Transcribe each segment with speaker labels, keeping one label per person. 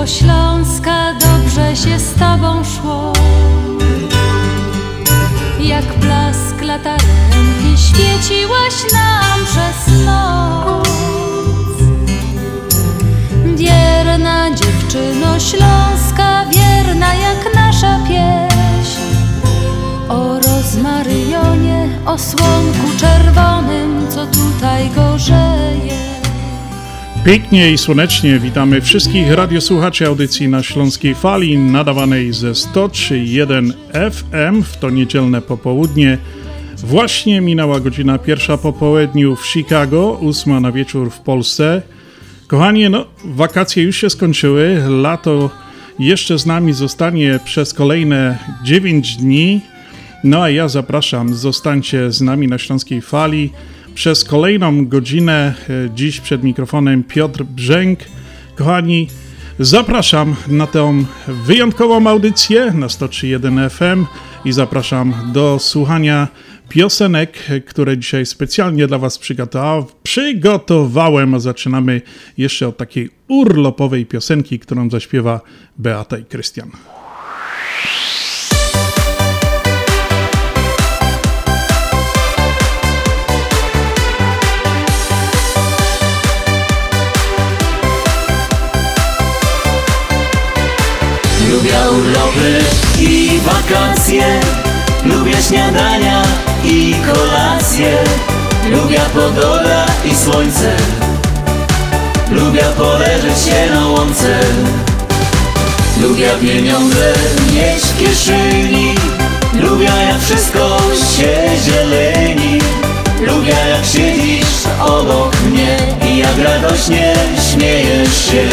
Speaker 1: do Śląska dobrze się z tobą szło. Jak blask latarenki świeciłaś nam przez noc. Wierna dziewczyno Śląska, wierna jak nasza pieśń. O rozmaryjonie, o słonku czerwonym, co tutaj gorzeje.
Speaker 2: Pięknie i słonecznie witamy wszystkich radiosłuchaczy audycji na Śląskiej Fali, nadawanej ze 103.1 FM w to niedzielne popołudnie. Właśnie minęła godzina 1 po południu w Chicago, 8 na wieczór w Polsce. Kochani, wakacje już się skończyły, lato jeszcze z nami zostanie przez kolejne 9 dni. No a ja zapraszam, zostańcie z nami na Śląskiej Fali przez kolejną godzinę. Dziś przed mikrofonem Piotr Brzęk. Kochani, zapraszam na tę wyjątkową audycję na 103.1 FM i zapraszam do słuchania piosenek, które dzisiaj specjalnie dla Was przygotowałem, a zaczynamy jeszcze od takiej urlopowej piosenki, którą zaśpiewa Beata i Krystian.
Speaker 3: Lubię urlopy i wakacje, lubię śniadania i kolacje, lubię pogodę i słońce, lubię poleżeć się na łące, lubię pieniądze mieć w kieszeni, lubię jak wszystko się zieleni, lubię jak siedzisz obok mnie i jak radośnie śmiejesz się.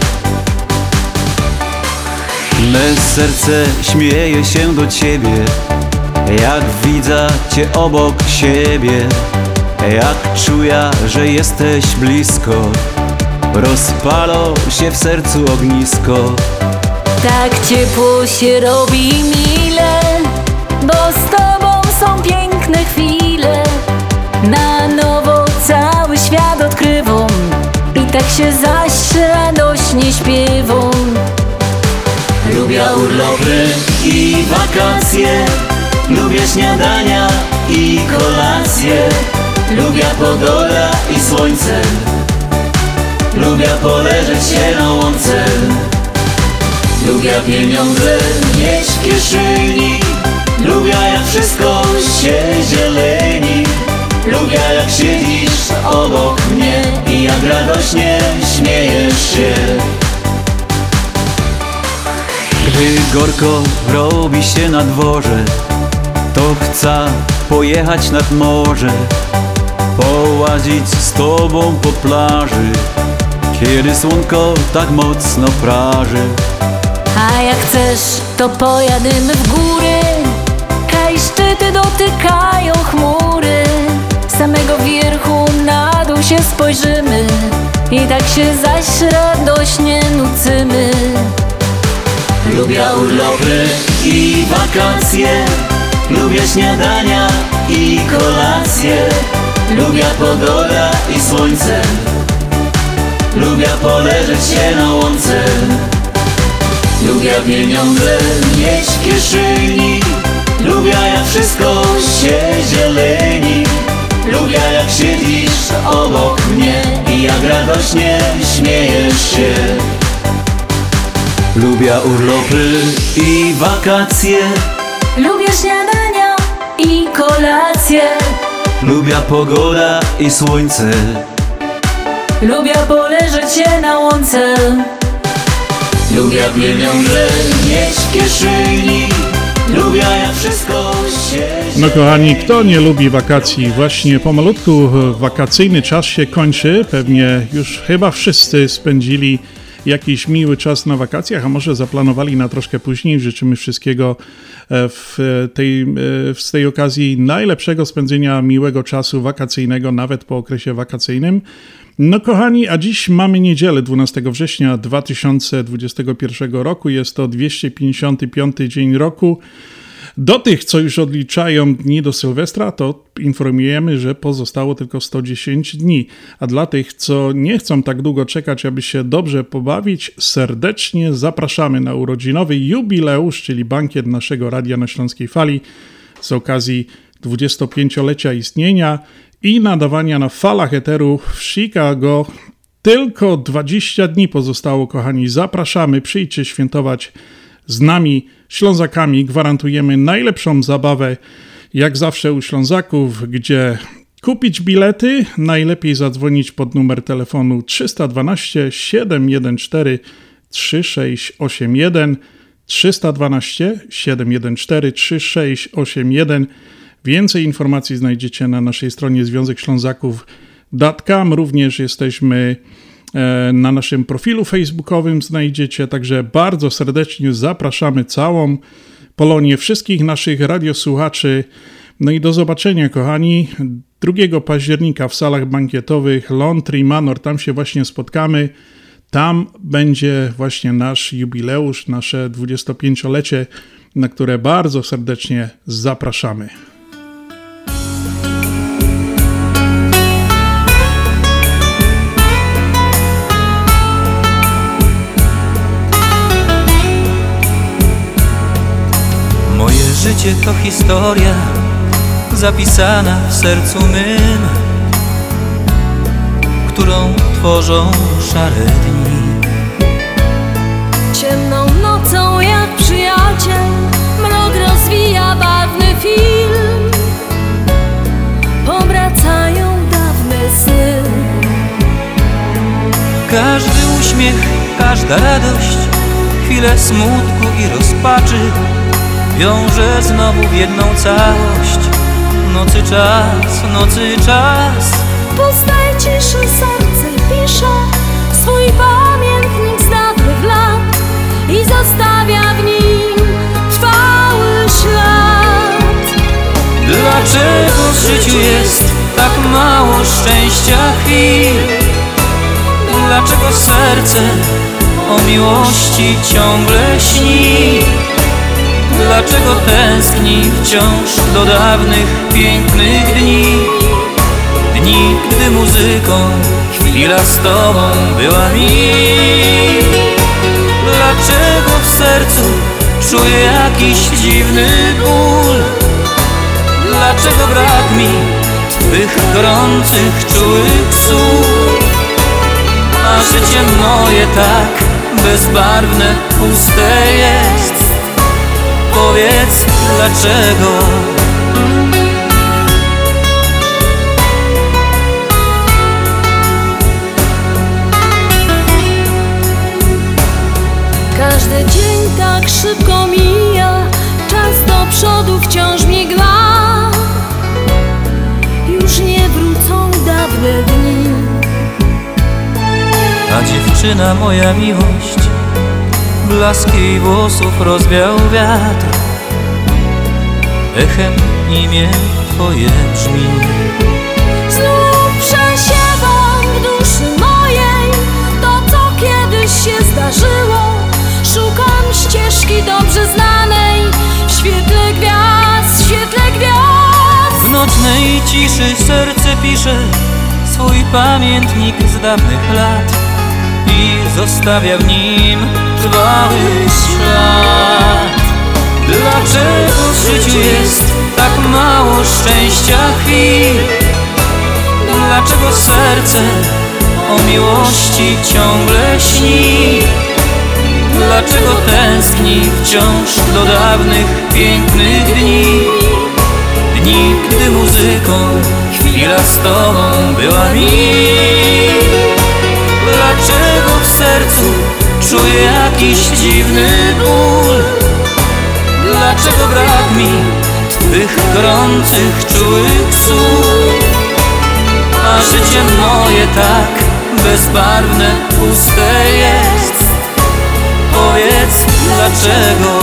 Speaker 4: Me serce śmieje się do ciebie, jak widzę cię obok siebie, jak czuję, że jesteś blisko, rozpalo się w sercu ognisko.
Speaker 5: Tak ciepło się robi mile, bo z tobą są piękne chwile. Na nowo cały świat odkrywam i tak się zaś radośnie śpiewam.
Speaker 3: Lubię urlopy i wakacje, lubię śniadania i kolacje, lubię pogodę i słońce, lubię poleżeć się na łące, lubię pieniądze mieć w kieszeni, lubię jak wszystko się zieleni, lubię jak siedzisz obok mnie i jak radośnie śmiejesz się.
Speaker 4: Gdy gorko robi się na dworze, to chcę pojechać nad morze, połazić z tobą po plaży, kiedy słonko tak mocno praży.
Speaker 5: A jak chcesz, to pojadymy w góry, kaj szczyty dotykają chmury. Z samego wierchu na dół się spojrzymy i tak się zaś radośnie nucymy.
Speaker 3: Lubię urlopy i wakacje, lubię śniadania i kolacje, lubię pogodę i słońce, lubię poleżeć się na łące, lubię pieniądze mieć w kieszeni, lubię jak wszystko się zieleni, lubię jak siedzisz obok mnie i jak radośnie śmiejesz się.
Speaker 4: Lubię urlopy i wakacje,
Speaker 5: lubię śniadania i kolacje,
Speaker 4: lubię pogodę i słońce,
Speaker 5: lubię poleżeć się na łące,
Speaker 3: lubię pieniądze mieć w kieszeni, lubię jak wszystko się...
Speaker 2: No kochani, kto nie lubi wakacji? Właśnie pomalutku wakacyjny czas się kończy. Pewnie już chyba wszyscy spędzili jakiś miły czas na wakacjach, a może zaplanowali na troszkę później. Życzymy wszystkiego z tej okazji najlepszego spędzenia miłego czasu wakacyjnego, nawet po okresie wakacyjnym. No kochani, a dziś mamy niedzielę 12 września 2021 roku. Jest to 255 dzień roku. Do tych, co już odliczają dni do Sylwestra, to informujemy, że pozostało tylko 110 dni. A dla tych, co nie chcą tak długo czekać, aby się dobrze pobawić, serdecznie zapraszamy na urodzinowy jubileusz, czyli bankiet naszego Radia na Śląskiej Fali z okazji 25-lecia istnienia i nadawania na falach eteru w Chicago. Tylko 20 dni pozostało, kochani. Zapraszamy, przyjdźcie świętować z nami, Ślązakami. Gwarantujemy najlepszą zabawę, jak zawsze u Ślązaków, gdzie kupić bilety najlepiej zadzwonić pod numer telefonu 312 714 3681 312 714 3681. Więcej informacji znajdziecie na naszej stronie związekślązaków.com. Również jesteśmy na naszym profilu facebookowym, znajdziecie, także bardzo serdecznie zapraszamy całą Polonię, wszystkich naszych radiosłuchaczy. No i do zobaczenia, kochani, 2 października w salach bankietowych Laundry Manor, tam się właśnie spotkamy. Tam będzie właśnie nasz jubileusz, nasze 25-lecie, na które bardzo serdecznie zapraszamy.
Speaker 6: Życie to historia zapisana w sercu mym, którą tworzą szare dni.
Speaker 5: Ciemną nocą jak przyjaciel mrok rozwija barwny film. Powracają dawne sny.
Speaker 6: Każdy uśmiech, każda radość, chwile smutku i rozpaczy wiąże znowu w jedną całość. Nocy czas
Speaker 5: W pustej ciszy serce pisze swój pamiętnik z dawnych lat i zostawia w nim trwały ślad.
Speaker 6: Dlaczego w życiu jest tak mało szczęścia chwil? Dlaczego serce o miłości ciągle śni? Dlaczego tęskni wciąż do dawnych, pięknych dni? Dni, gdy muzyką chwila z tobą była mi. Dlaczego w sercu czuję jakiś dziwny ból? Dlaczego brak mi twych gorących, czułych słów? A życie moje tak bezbarwne, puste jest. Powiedz dlaczego.
Speaker 5: Każdy dzień tak szybko mija, czas do przodu wciąż migla. Już nie wrócą dawne dni.
Speaker 6: A dziewczyna moja miłość, blask jej włosów rozwiał wiatr. Echem imię twoje brzmi.
Speaker 5: Znów przesiewam w duszy mojej to, co kiedyś się zdarzyło. Szukam ścieżki dobrze znanej w świetle gwiazd, w świetle gwiazd.
Speaker 6: W nocnej ciszy serce pisze swój pamiętnik z dawnych lat i zostawia w nim trwały ślad. Dlaczego w życiu jest tak mało szczęścia chwil? Dlaczego serce o miłości ciągle śni? Dlaczego tęskni wciąż do dawnych, pięknych dni? Dni, gdy muzyką chwila z tobą była mi. Dlaczego w sercu czuję jakiś dziwny ból? Dlaczego brak mi twych gorących, czułych słów? A życie moje tak bezbarwne, puste jest. Powiedz dlaczego.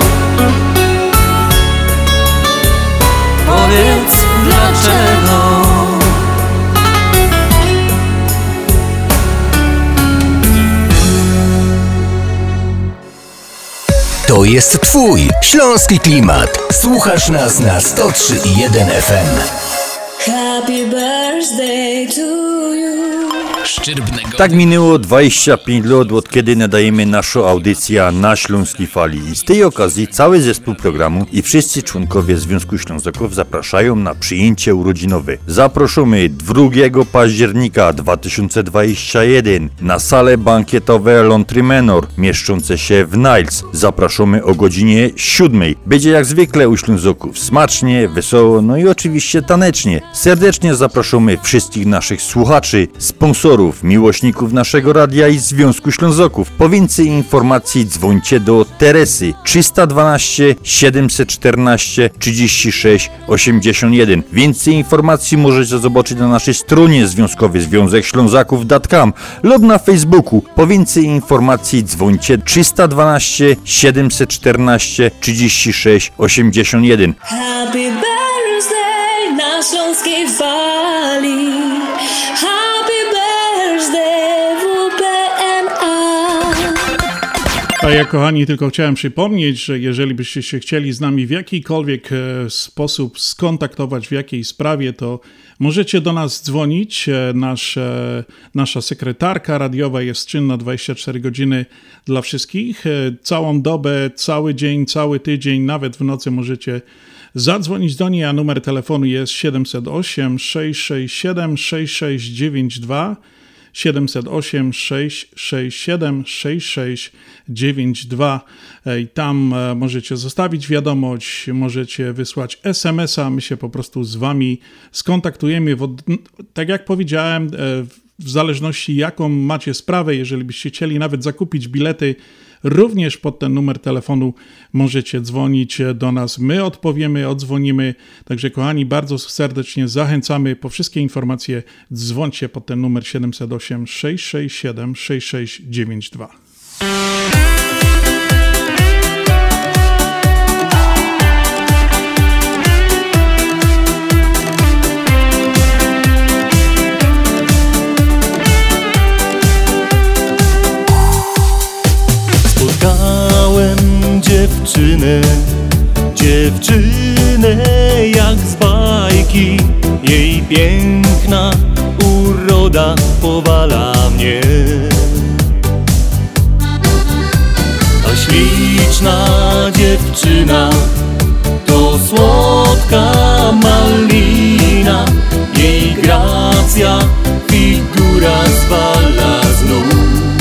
Speaker 6: Powiedz dlaczego.
Speaker 7: To To jest twój śląski klimat. Słuchasz nas na 103,1 FM.
Speaker 8: Happy birthday to you.
Speaker 9: Tak minęło 25 lat, od kiedy nadajemy naszą audycję na Śląskiej Fali. I z tej okazji cały zespół programu i wszyscy członkowie Związku Ślązaków zapraszają na przyjęcie urodzinowe. Zapraszamy 2 października 2021 na salę bankietowe Lontry Menor, mieszczące się w Niles. Zapraszamy o godzinie 7. Będzie jak zwykle u Ślązaków smacznie, wesoło, no i oczywiście tanecznie. Serdecznie zapraszamy wszystkich naszych słuchaczy, sponsorów, miłośników naszego radia i Związku Ślązaków. Po więcej informacji dzwońcie do Teresy 312 714 36 81. Więcej informacji możecie zobaczyć na naszej stronie związkowej związekślązaków.com lub na Facebooku. Po więcej informacji dzwońcie 312 714 36 81.
Speaker 8: Happy birthday na Śląskiej Fali. Happy birthday WPNA.
Speaker 2: A ja, kochani, tylko chciałem przypomnieć, że jeżeli byście się chcieli z nami w jakikolwiek sposób skontaktować w jakiej sprawie, to możecie do nas dzwonić. Nasza sekretarka radiowa jest czynna 24 godziny dla wszystkich. Całą dobę, cały dzień, cały tydzień, nawet w nocy możecie zadzwonić do niej, a numer telefonu jest 708 667 6692. 708 667 6692 i tam możecie zostawić wiadomość, możecie wysłać SMS-a, my się po prostu z wami skontaktujemy. Tak jak powiedziałem, w zależności jaką macie sprawę, jeżeli byście chcieli nawet zakupić bilety, również pod ten numer telefonu możecie dzwonić do nas. My odpowiemy, odzwonimy. Także, kochani, bardzo serdecznie zachęcamy. Po wszystkie informacje dzwońcie pod ten numer 708 667 6692.
Speaker 10: Dziewczynę jak z bajki, jej piękna uroda powala mnie. Ta śliczna dziewczyna to słodka malina, jej gracja, figura zwala z nóg.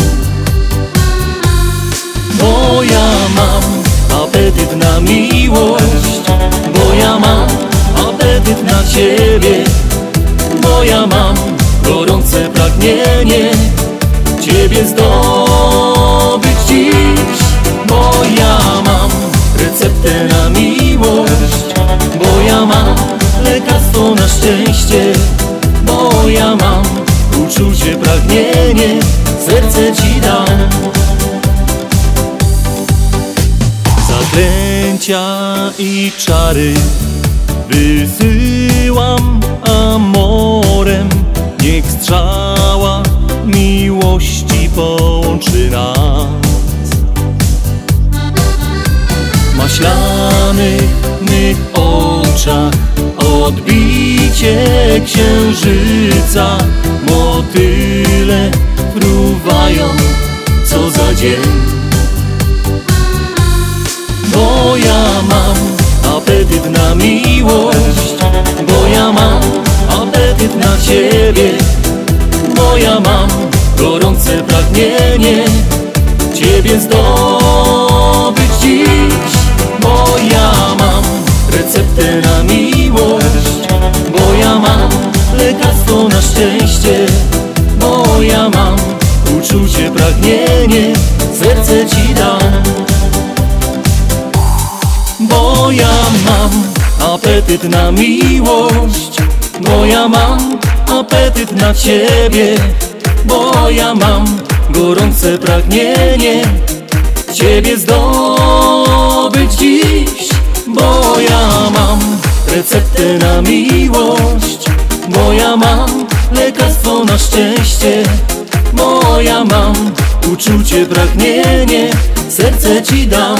Speaker 10: Bo ja mam apetyt na miłość, bo ja mam apetyt na Ciebie, bo ja mam gorące pragnienie Ciebie zdobyć dziś, bo ja mam receptę na miłość, bo ja mam lekarstwo na szczęście, bo ja mam uczucie, pragnienie, serce Ci dam. Zaklęcia i czary wysyłam amorem, niech strzała miłości połączy nas. W maślanych mych oczach odbicie księżyca, motyle fruwają co za dzień. Bo ja mam apetyt na miłość, bo ja mam apetyt na Ciebie, bo ja mam gorące pragnienie Ciebie zdobyć dziś, bo ja mam receptę na miłość, bo ja mam lekarstwo na szczęście, bo ja mam uczucie, pragnienie, serce Ci dam. Bo ja mam apetyt na miłość, bo ja mam apetyt na Ciebie, bo ja mam gorące pragnienie Ciebie zdobyć dziś, bo ja mam receptę na miłość, bo ja mam lekarstwo na szczęście, bo ja mam uczucie, pragnienie, serce ci dam.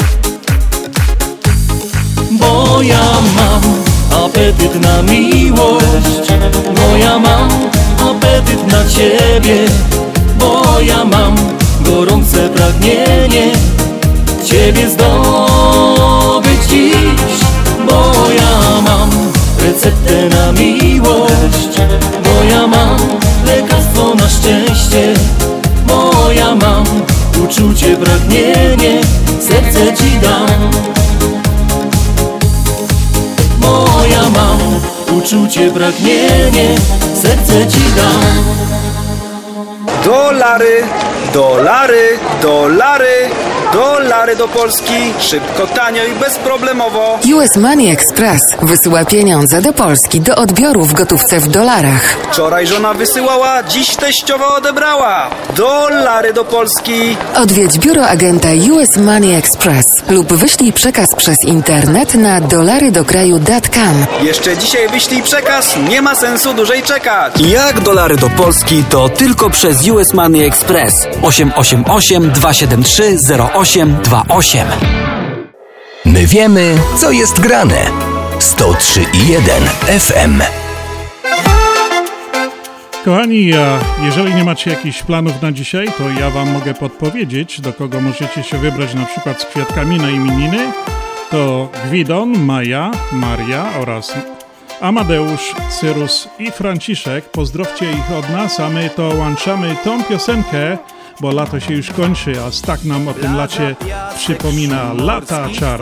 Speaker 10: Bo ja mam apetyt na miłość, bo ja mam apetyt na ciebie, bo ja mam gorące pragnienie ciebie zdobyć dziś. Bo ja mam receptę na miłość, bo ja mam lekarstwo na szczęście, bo ja mam uczucie, pragnienie, serce ci dam. Bo ja mam uczucie, pragnienie, serce ci dam.
Speaker 11: Dolary, dolary, dolary, dolary do Polski. Szybko, tanio i bezproblemowo.
Speaker 12: US Money Express wysyła pieniądze do Polski do odbioru w gotówce w dolarach.
Speaker 11: Wczoraj żona wysyłała, dziś teściowa odebrała. Dolary do Polski.
Speaker 12: Odwiedź biuro agenta US Money Express lub wyślij przekaz przez internet na dolarydokraju.com.
Speaker 11: Jeszcze dzisiaj wyślij przekaz, nie ma sensu dłużej czekać.
Speaker 13: Jak dolary do Polski, to tylko przez US Money Express 888 273 0828.
Speaker 7: My wiemy, co jest grane. 103,1 FM.
Speaker 2: Kochani, a jeżeli nie macie jakichś planów na dzisiaj, to ja wam mogę podpowiedzieć, do kogo możecie się wybrać na przykład z kwiatkami na imieniny. To Gwidon, Maja, Maria oraz Amadeusz, Cyrus i Franciszek. Pozdrowcie ich od nas, a my to łączamy tą piosenkę, bo lato się już kończy, a tak nam o tym lacie przypomina Lata Czar.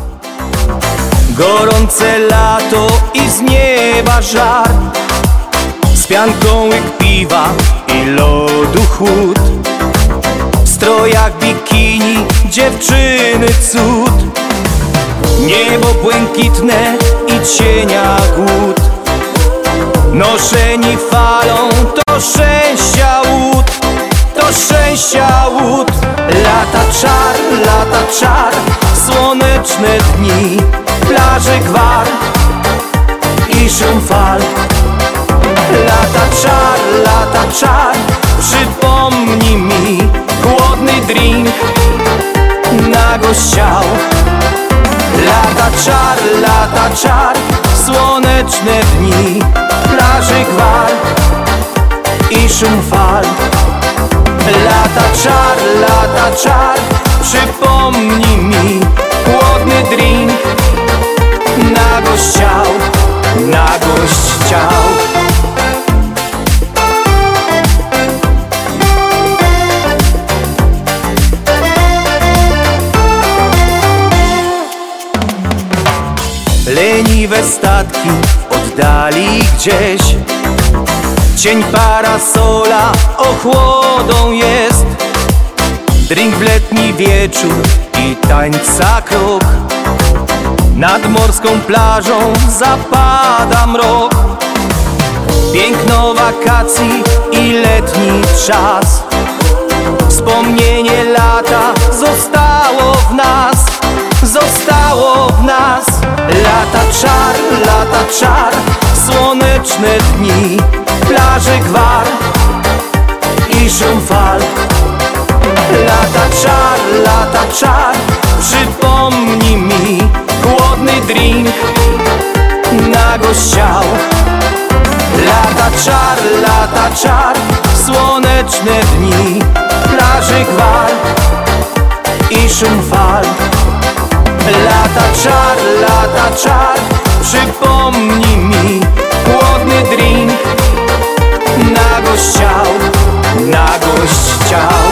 Speaker 14: Gorące lato i z nieba żar, z pianką łyk piwa i lodu chłód, w strojach bikini dziewczyny cud, niebo błękitne i cienia głód, noszeni falą to szczęścia łód, to szczęścia łód. Lata czar, słoneczne dni, plaże gwar i szum fal. Lata czar, przypomnij mi chłodny drink na gość ciał. Lata czar, słoneczne dni, plaży gwar i szum fal. Lata czar, przypomnij mi chłodny drink na gość ciał, na gość ciał. Leniwe statki w oddali gdzieś, cień parasola ochłodą jest. Drink w letni wieczór i tańca krok, nad morską plażą zapada mrok. Piękno wakacji i letni czas, wspomnienie lata zostało w nas, zostało w nas. Lata czar, słoneczne dni, plaże gwar i szum fal. Lata czar, przypomnij mi chłodny drink na gość ciał. Lata czar, słoneczne dni, plaży gwar i szum fal. Lata czar, przypomnij mi chłodny drink na gość ciał, na gość ciał.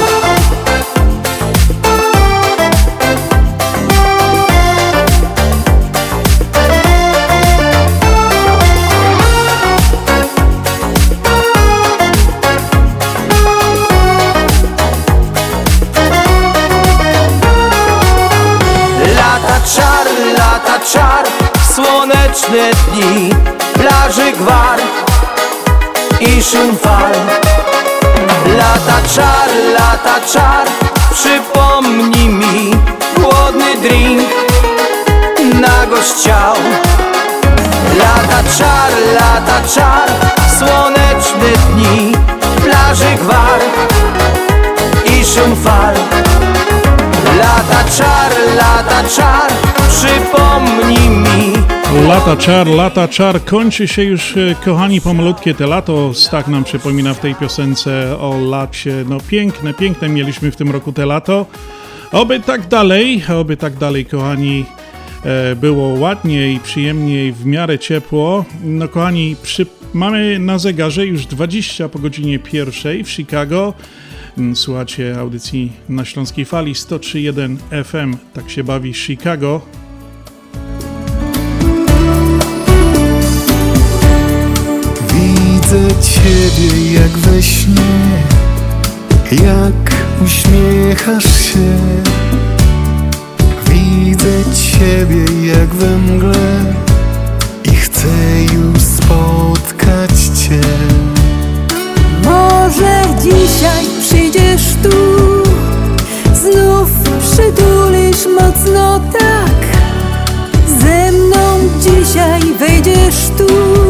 Speaker 14: Lata czar, słoneczne dni, plaży gwar i szum fal. Lata czar, przypomnij mi chłodny drink na gość ciał. Lata czar, słoneczne dni, plaży gwar i ciszę fal. Lata czar, przypomnij mi.
Speaker 2: Lata czar, kończy się już, kochani, pomalutkie te lato. Tak nam przypomina w tej piosence o lacie. No piękne mieliśmy w tym roku te lato. Oby tak dalej, kochani, było ładniej, przyjemniej, w miarę ciepło. No kochani, mamy na zegarze już 20 po godzinie 1 w Chicago. Słuchacie audycji na Śląskiej Fali 103.1 FM. Tak się bawi Chicago.
Speaker 15: Widzę Ciebie jak we śnie, jak uśmiechasz się. Widzę Ciebie jak we mgle i chcę już spotkać Cię.
Speaker 16: Może dzisiaj przyjdziesz tu, znów przytulisz mocno tak. Ze mną dzisiaj wejdziesz tu,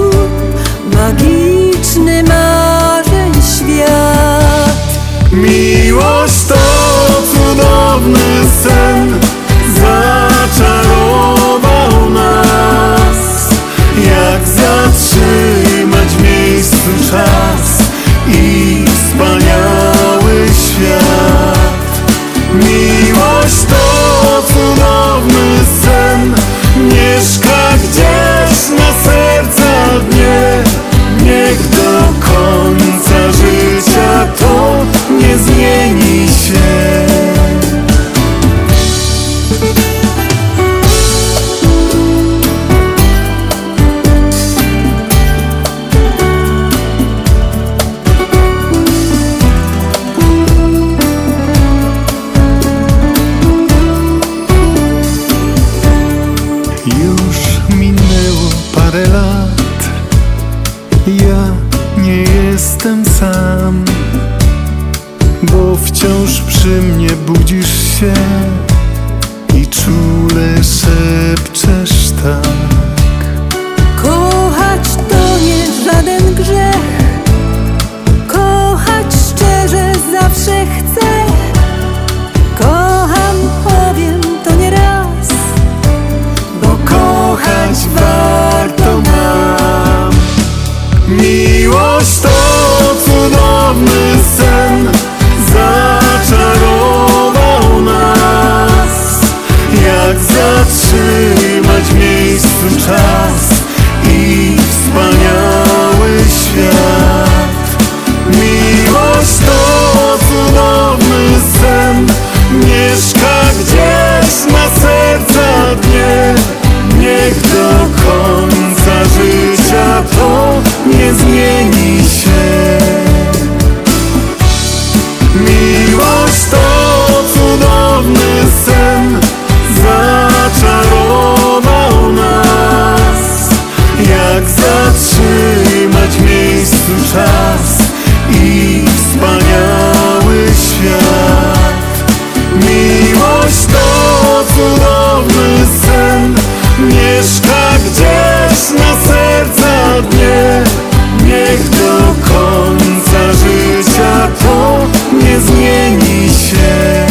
Speaker 16: magiczny marzeń świat.
Speaker 15: Miłość to cudowny sen, zaczarował nas. Jak zatrzymać w miejscu czas i wspaniały świat. Miłość to cudowny sen, mieszka gdzieś na serca dnie. Niech do końca życia to nie zmieni się. Jestem sam, bo wciąż przy mnie budzisz się i czule szepczesz tak.
Speaker 16: Kochać to nie żaden grzech, kochać szczerze zawsze chcę. Kocham, powiem to nie raz, bo kochać warto nam.
Speaker 15: Miłość to cudowny sen, zaczarował nas. Jak zatrzymać w miejscu czas i wspaniały świat. Miłość to cudowny sen, mieszka gdzieś na serca dnie. Niech do końca życia to nie zmieni się. Miłość to cudowny sen, zaczarował nas. Jak zatrzymać w miejscu czas i wspaniały świat. Miłość to cudowny sen, mieszka gdzieś na serca dnie. Niech do końca życia to nie zmieni się.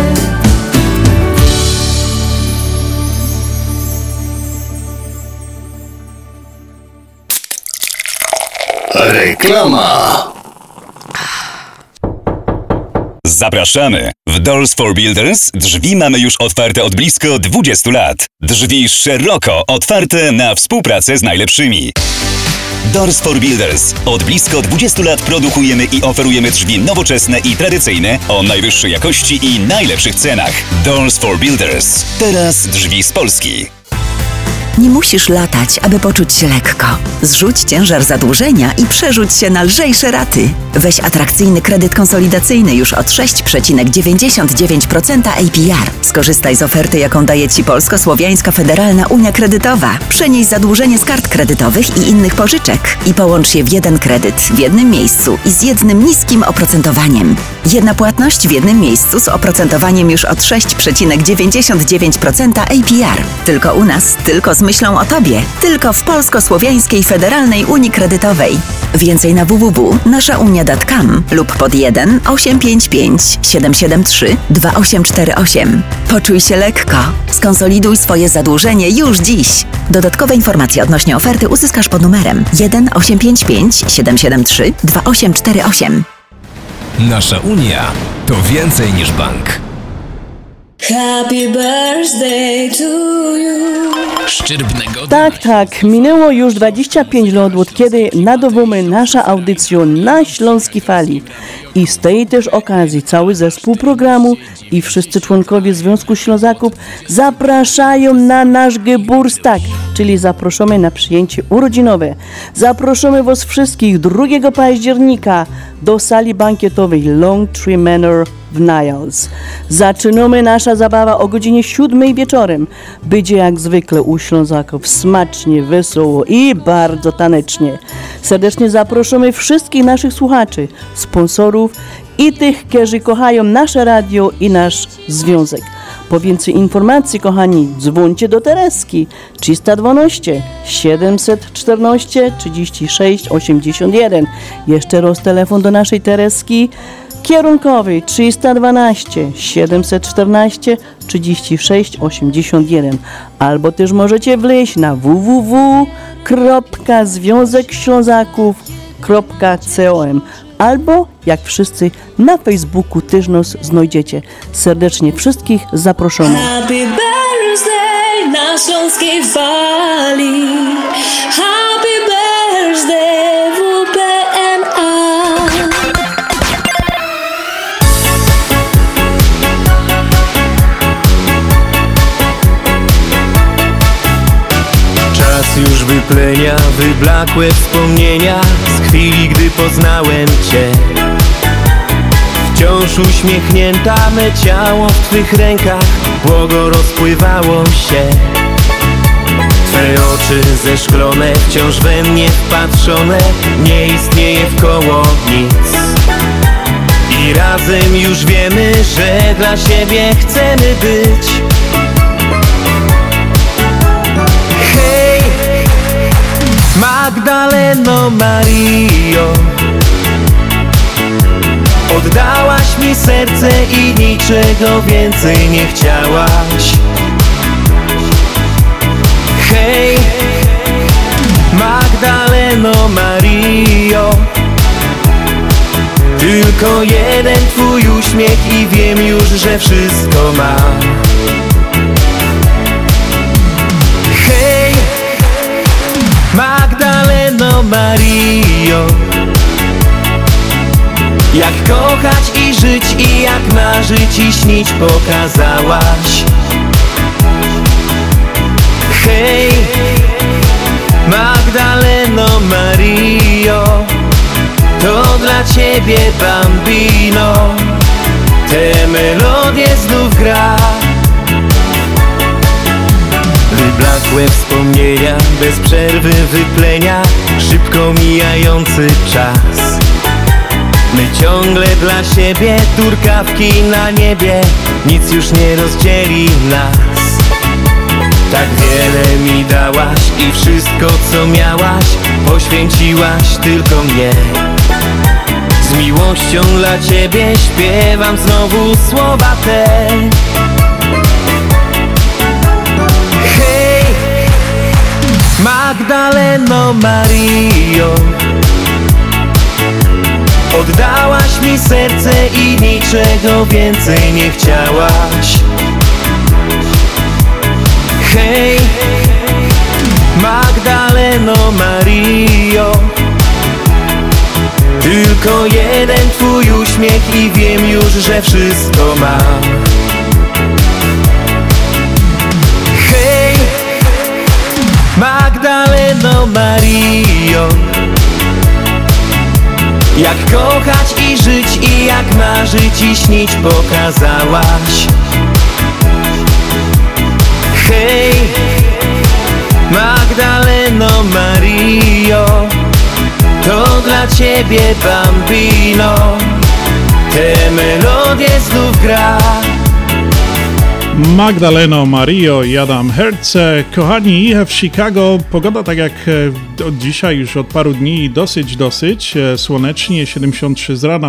Speaker 7: Reklama.
Speaker 17: Zapraszamy! W Doors for Builders drzwi mamy już otwarte od blisko 20 lat. Drzwi szeroko otwarte na współpracę z najlepszymi. Doors for Builders. Od blisko 20 lat produkujemy i oferujemy drzwi nowoczesne i tradycyjne o najwyższej jakości i najlepszych cenach. Doors for Builders. Teraz drzwi z Polski.
Speaker 18: Nie musisz latać, aby poczuć się lekko. Zrzuć ciężar zadłużenia i przerzuć się na lżejsze raty. Weź atrakcyjny kredyt konsolidacyjny już od 6,99% APR. Skorzystaj z oferty, jaką daje Ci Polsko-Słowiańska Federalna Unia Kredytowa. Przenieś zadłużenie z kart kredytowych i innych pożyczek i połącz je w jeden kredyt w jednym miejscu i z jednym niskim oprocentowaniem. Jedna płatność w jednym miejscu z oprocentowaniem już od 6,99% APR. Tylko u nas, tylko z myślą o Tobie. Tylko w Polsko-Słowiańskiej Federalnej Unii Kredytowej. Więcej na www.naszaunia.com lub pod 1 855 773 2848. Poczuj się lekko. Skonsoliduj swoje zadłużenie już dziś. Dodatkowe informacje odnośnie oferty uzyskasz pod numerem 1 855 773 2848.
Speaker 7: Nasza Unia to więcej niż bank.
Speaker 8: Happy birthday to you.
Speaker 7: Szczerbnego
Speaker 19: Tak, minęło już 25 lat od kiedy nadawamy nasza audycja na Śląskiej Fali. I z tej też okazji cały zespół programu i wszyscy członkowie Związku Ślązaków zapraszają na nasz Geburtstag, czyli zapraszamy na przyjęcie urodzinowe. Zapraszamy was wszystkich 2 października do sali bankietowej Long Tree Manor w Niles. Zaczynamy nasza zabawa o godzinie 7 wieczorem. Będzie jak zwykle u Ślązaków smacznie, wesoło i bardzo tanecznie. Serdecznie zapraszamy wszystkich naszych słuchaczy, sponsorów i tych, którzy kochają nasze radio i nasz związek. Po więcej informacji, kochani, dzwońcie do Tereski 312 714 36 81. Jeszcze raz telefon do naszej Tereski kierunkowy 312 714 36 81. Albo też możecie wleźć na www.związekślązaków.com albo, jak wszyscy, na Facebooku też nas znajdziecie. Serdecznie wszystkich zapraszamy.
Speaker 8: Happy birthday na Śląskiej Fali. Happy birthday WPNA.
Speaker 10: Czas już wyplenia wyblakłe wspomnienia z chwili, gdy poznałem Cię. Wciąż uśmiechnięta me ciało w Twych rękach błogo rozpływało się. Twe oczy zeszklone, wciąż we mnie wpatrzone, nie istnieje wkoło nic. I razem już wiemy, że dla siebie chcemy być. Hej, Magdaleno Mario, oddałaś mi serce i niczego więcej nie chciałaś. Hej, Magdaleno Mario, tylko jeden Twój uśmiech i wiem już, że wszystko mam. Hej, Magdaleno Mario, jak kochać i żyć i jak marzyć i śnić pokazałaś. Hej, Magdaleno Mario, to dla Ciebie bambino te melodie znów gra. Wyblakłe wspomnienia bez przerwy wyplenia szybko mijający czas. My ciągle dla siebie, turkawki na niebie, nic już nie rozdzieli nas. Tak wiele mi dałaś i wszystko co miałaś poświęciłaś tylko mnie. Z miłością dla Ciebie śpiewam znowu słowa te. Hej, Magdaleno Mario, oddałaś mi serce i niczego więcej nie chciałaś. Hej, Magdaleno Mario, tylko jeden Twój uśmiech i wiem już, że wszystko mam. Hej, Magdaleno Mario, jak kochać i żyć i jak marzyć i śnić pokazałaś. Hej, Magdaleno Mario, to dla Ciebie bambino te melodie znów gra.
Speaker 2: Magdaleno, Mario i Adam Herce. Kochani, w Chicago pogoda tak jak od dzisiaj, już od paru dni dosyć słonecznie, 73 z rana,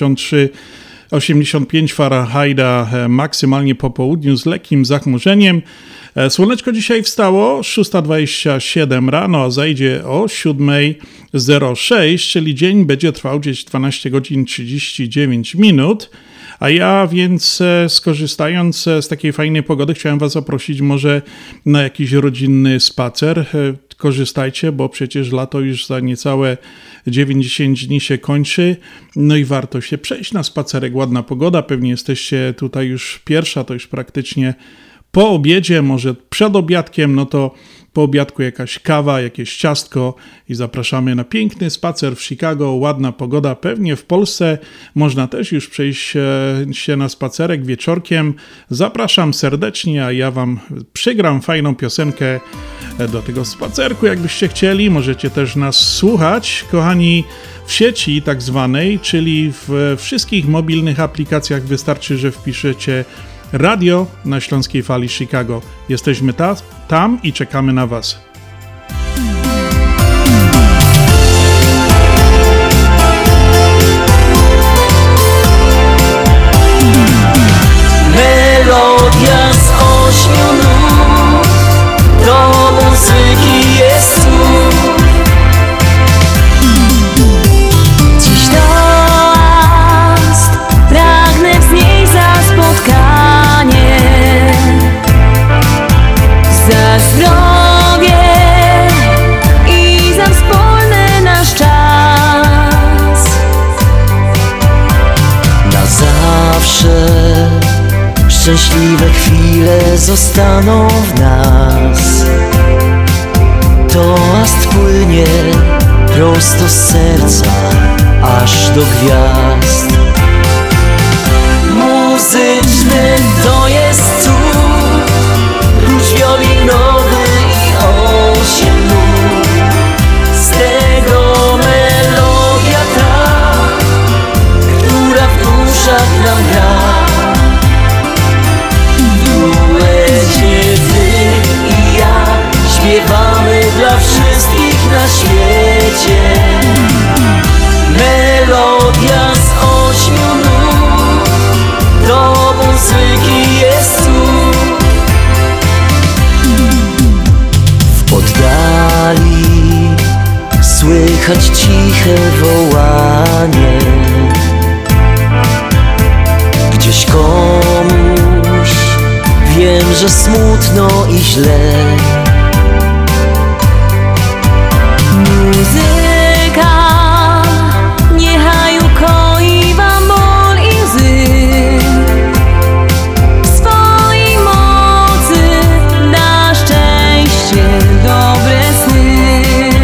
Speaker 2: 85 Fahrenheita maksymalnie po południu z lekkim zachmurzeniem. Słoneczko dzisiaj wstało 6:27 rano, a zajdzie o 7:06, czyli dzień będzie trwał gdzieś 12 godzin 39 minut. A ja więc skorzystając z takiej fajnej pogody chciałem was zaprosić może na jakiś rodzinny spacer. Korzystajcie, bo przecież lato już za niecałe 90 dni się kończy. No i warto się przejść na spacerek. Ładna pogoda, pewnie jesteście tutaj już pierwsza, to już praktycznie po obiedzie, może przed obiadkiem, no to po obiadku jakaś kawa, jakieś ciastko i zapraszamy na piękny spacer w Chicago, ładna pogoda. Pewnie w Polsce można też już przejść się na spacerek wieczorkiem. Zapraszam serdecznie, a ja wam przygram fajną piosenkę do tego spacerku, jakbyście chcieli. Możecie też nas słuchać, kochani, w sieci tak zwanej, czyli w wszystkich mobilnych aplikacjach. Wystarczy, że wpiszecie radio na Śląskiej Fali Chicago. Jesteśmy tam i czekamy na was.
Speaker 3: Melodia z 8 nut, do muzyki jest cud.
Speaker 5: Dziś toast, pragnę wznieść za spotkanie, za zdrowie i za wspólny nasz czas.
Speaker 3: Na zawsze szczęśliwe chwile zostaną w nas. Toast płynie prosto z serca aż do gwiazd. Muzyczny to jest cud, klucz wiolinowy i 8 nut. Z tego melodia ta, która w duszach nam gra. W duecie ty i ja śpiewamy dla wszystkich na świecie. Melodia z 8 nut, do muzyki jest cud. W oddali słychać ciche wołanie, gdzieś komuś wiem, że smutno i źle.
Speaker 5: Muzyka niechaj ukoi wam ból i łzy. W swojej mocy da szczęście, dobre sny.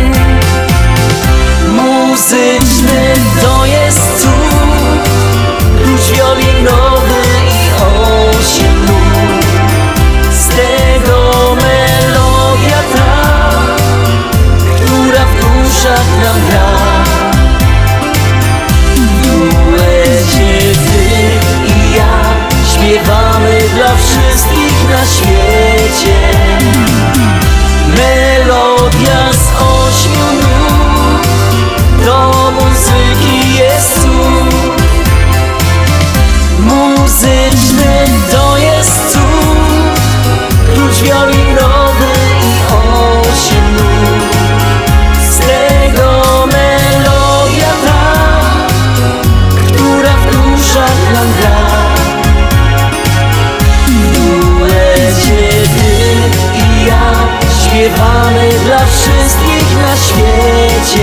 Speaker 3: Muzyczny to jest cud, klucz wiolinowy i 8 nut. Z tego melodia ta, która w duszach nam gra. W duecie ty i ja śpiewamy dla wszystkich na świecie. Melodia z 8 nut, do muzyki jest cud. Muzyczny to jest cud, klucz wiolinowy i 8 nut. Z tego melodia ta, która w duszach nam gra. W duecie ty i ja śpiewamy dla wszystkich na świecie.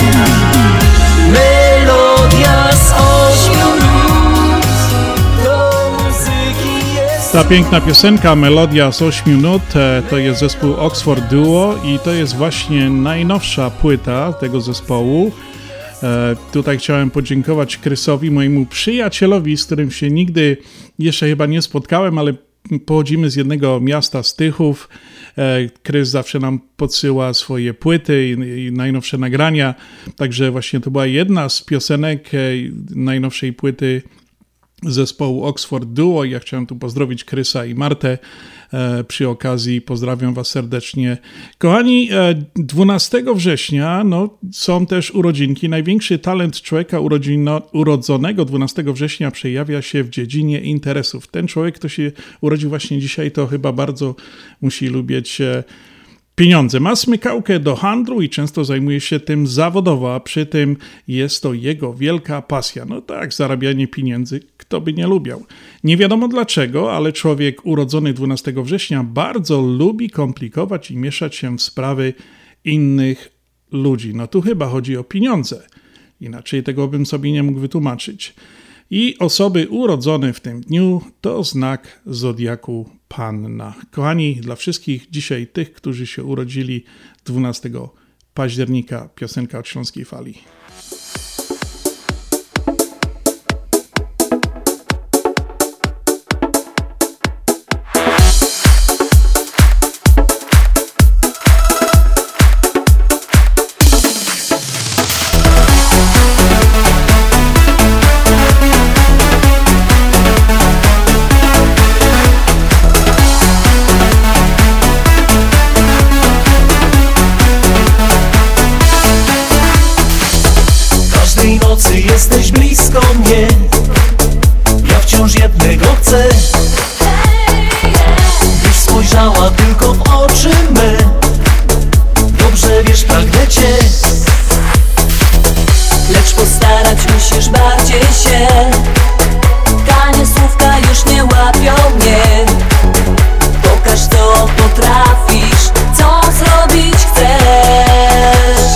Speaker 3: Melodia z 8 nut, do muzyki jest.
Speaker 2: Ta piękna piosenka, melodia z 8 nut, to jest zespół Oxford Duo i to jest właśnie najnowsza płyta tego zespołu. Tutaj chciałem podziękować Krysowi, mojemu przyjacielowi, z którym się nigdy jeszcze chyba nie spotkałem, ale pochodzimy z jednego miasta, z Tychów. Krys zawsze nam podsyła swoje płyty i najnowsze nagrania, także właśnie to była jedna z piosenek najnowszej płyty zespołu Oxford Duo. Ja chciałem tu pozdrowić Krysa i Martę. Przy okazji pozdrawiam Was serdecznie. Kochani, 12 września są też urodzinki. Największy talent człowieka urodzonego 12 września przejawia się w dziedzinie interesów. Ten człowiek, kto się urodził właśnie dzisiaj, to chyba bardzo musi lubić pieniądze. Ma smykałkę do handlu i często zajmuje się tym zawodowo, a przy tym jest to jego wielka pasja. No tak, zarabianie pieniędzy, kto by nie lubiał. Nie wiadomo dlaczego, ale człowiek urodzony 12 września bardzo lubi komplikować i mieszać się w sprawy innych ludzi. No tu chyba chodzi o pieniądze. Inaczej tego bym sobie nie mógł wytłumaczyć. I osoby urodzone w tym dniu to znak zodiaku Panna. Kochani, dla wszystkich dzisiaj tych, którzy się urodzili 12 października, piosenka od Śląskiej Fali.
Speaker 3: Jesteś blisko mnie, ja wciąż jednego chcę, byś spojrzała tylko w oczy me. Dobrze wiesz, pragnę Cię, lecz postarać musisz bardziej się. Tanie słówka już nie łapią mnie. Pokaż, co potrafisz, co zrobić chcesz.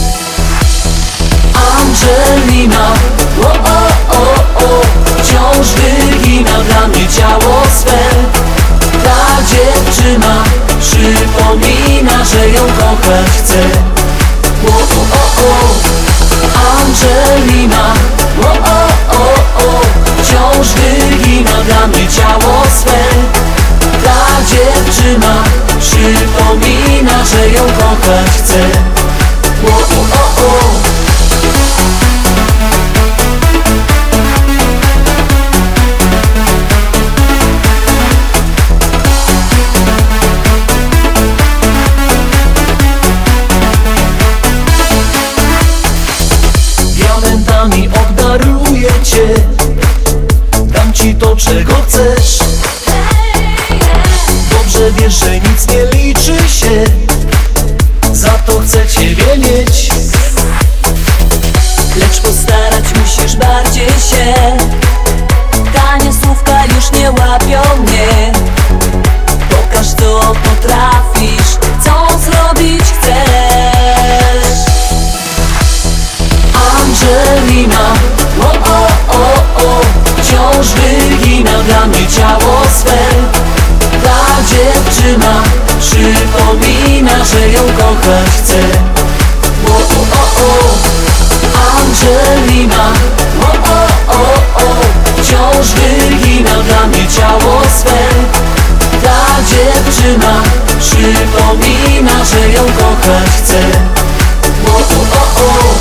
Speaker 3: Angelina, o, o, o, o, wciąż wygina dla mnie ciało swe. Ta dziewczyna przypomina, że ją kochać chcę. O, o, o, o, Angelina, o, o, o, o, wciąż wygina dla mnie ciało swe. Ta dziewczyna przypomina, że ją kochać chcę. O, o, o, o. Obdaruję Cię, dam Ci to, czego chcesz. Dobrze wiesz, że nic nie liczy się, za to chcę Ciebie mieć. Lecz postarać musisz bardziej się. Tanie słówka już nie łapią mnie. Pokaż, co potrafisz, co zrobić chcesz. Angelina, o, o, o, o, wciąż wygina dla mnie ciało swe. Ta dziewczyna przypomina, że ją kochać chcę. O, o, o, o, Angelina, o, o, o, o, wciąż wygina dla mnie ciało swe. Ta dziewczyna przypomina, że ją kochać chcę. O, o, o, o.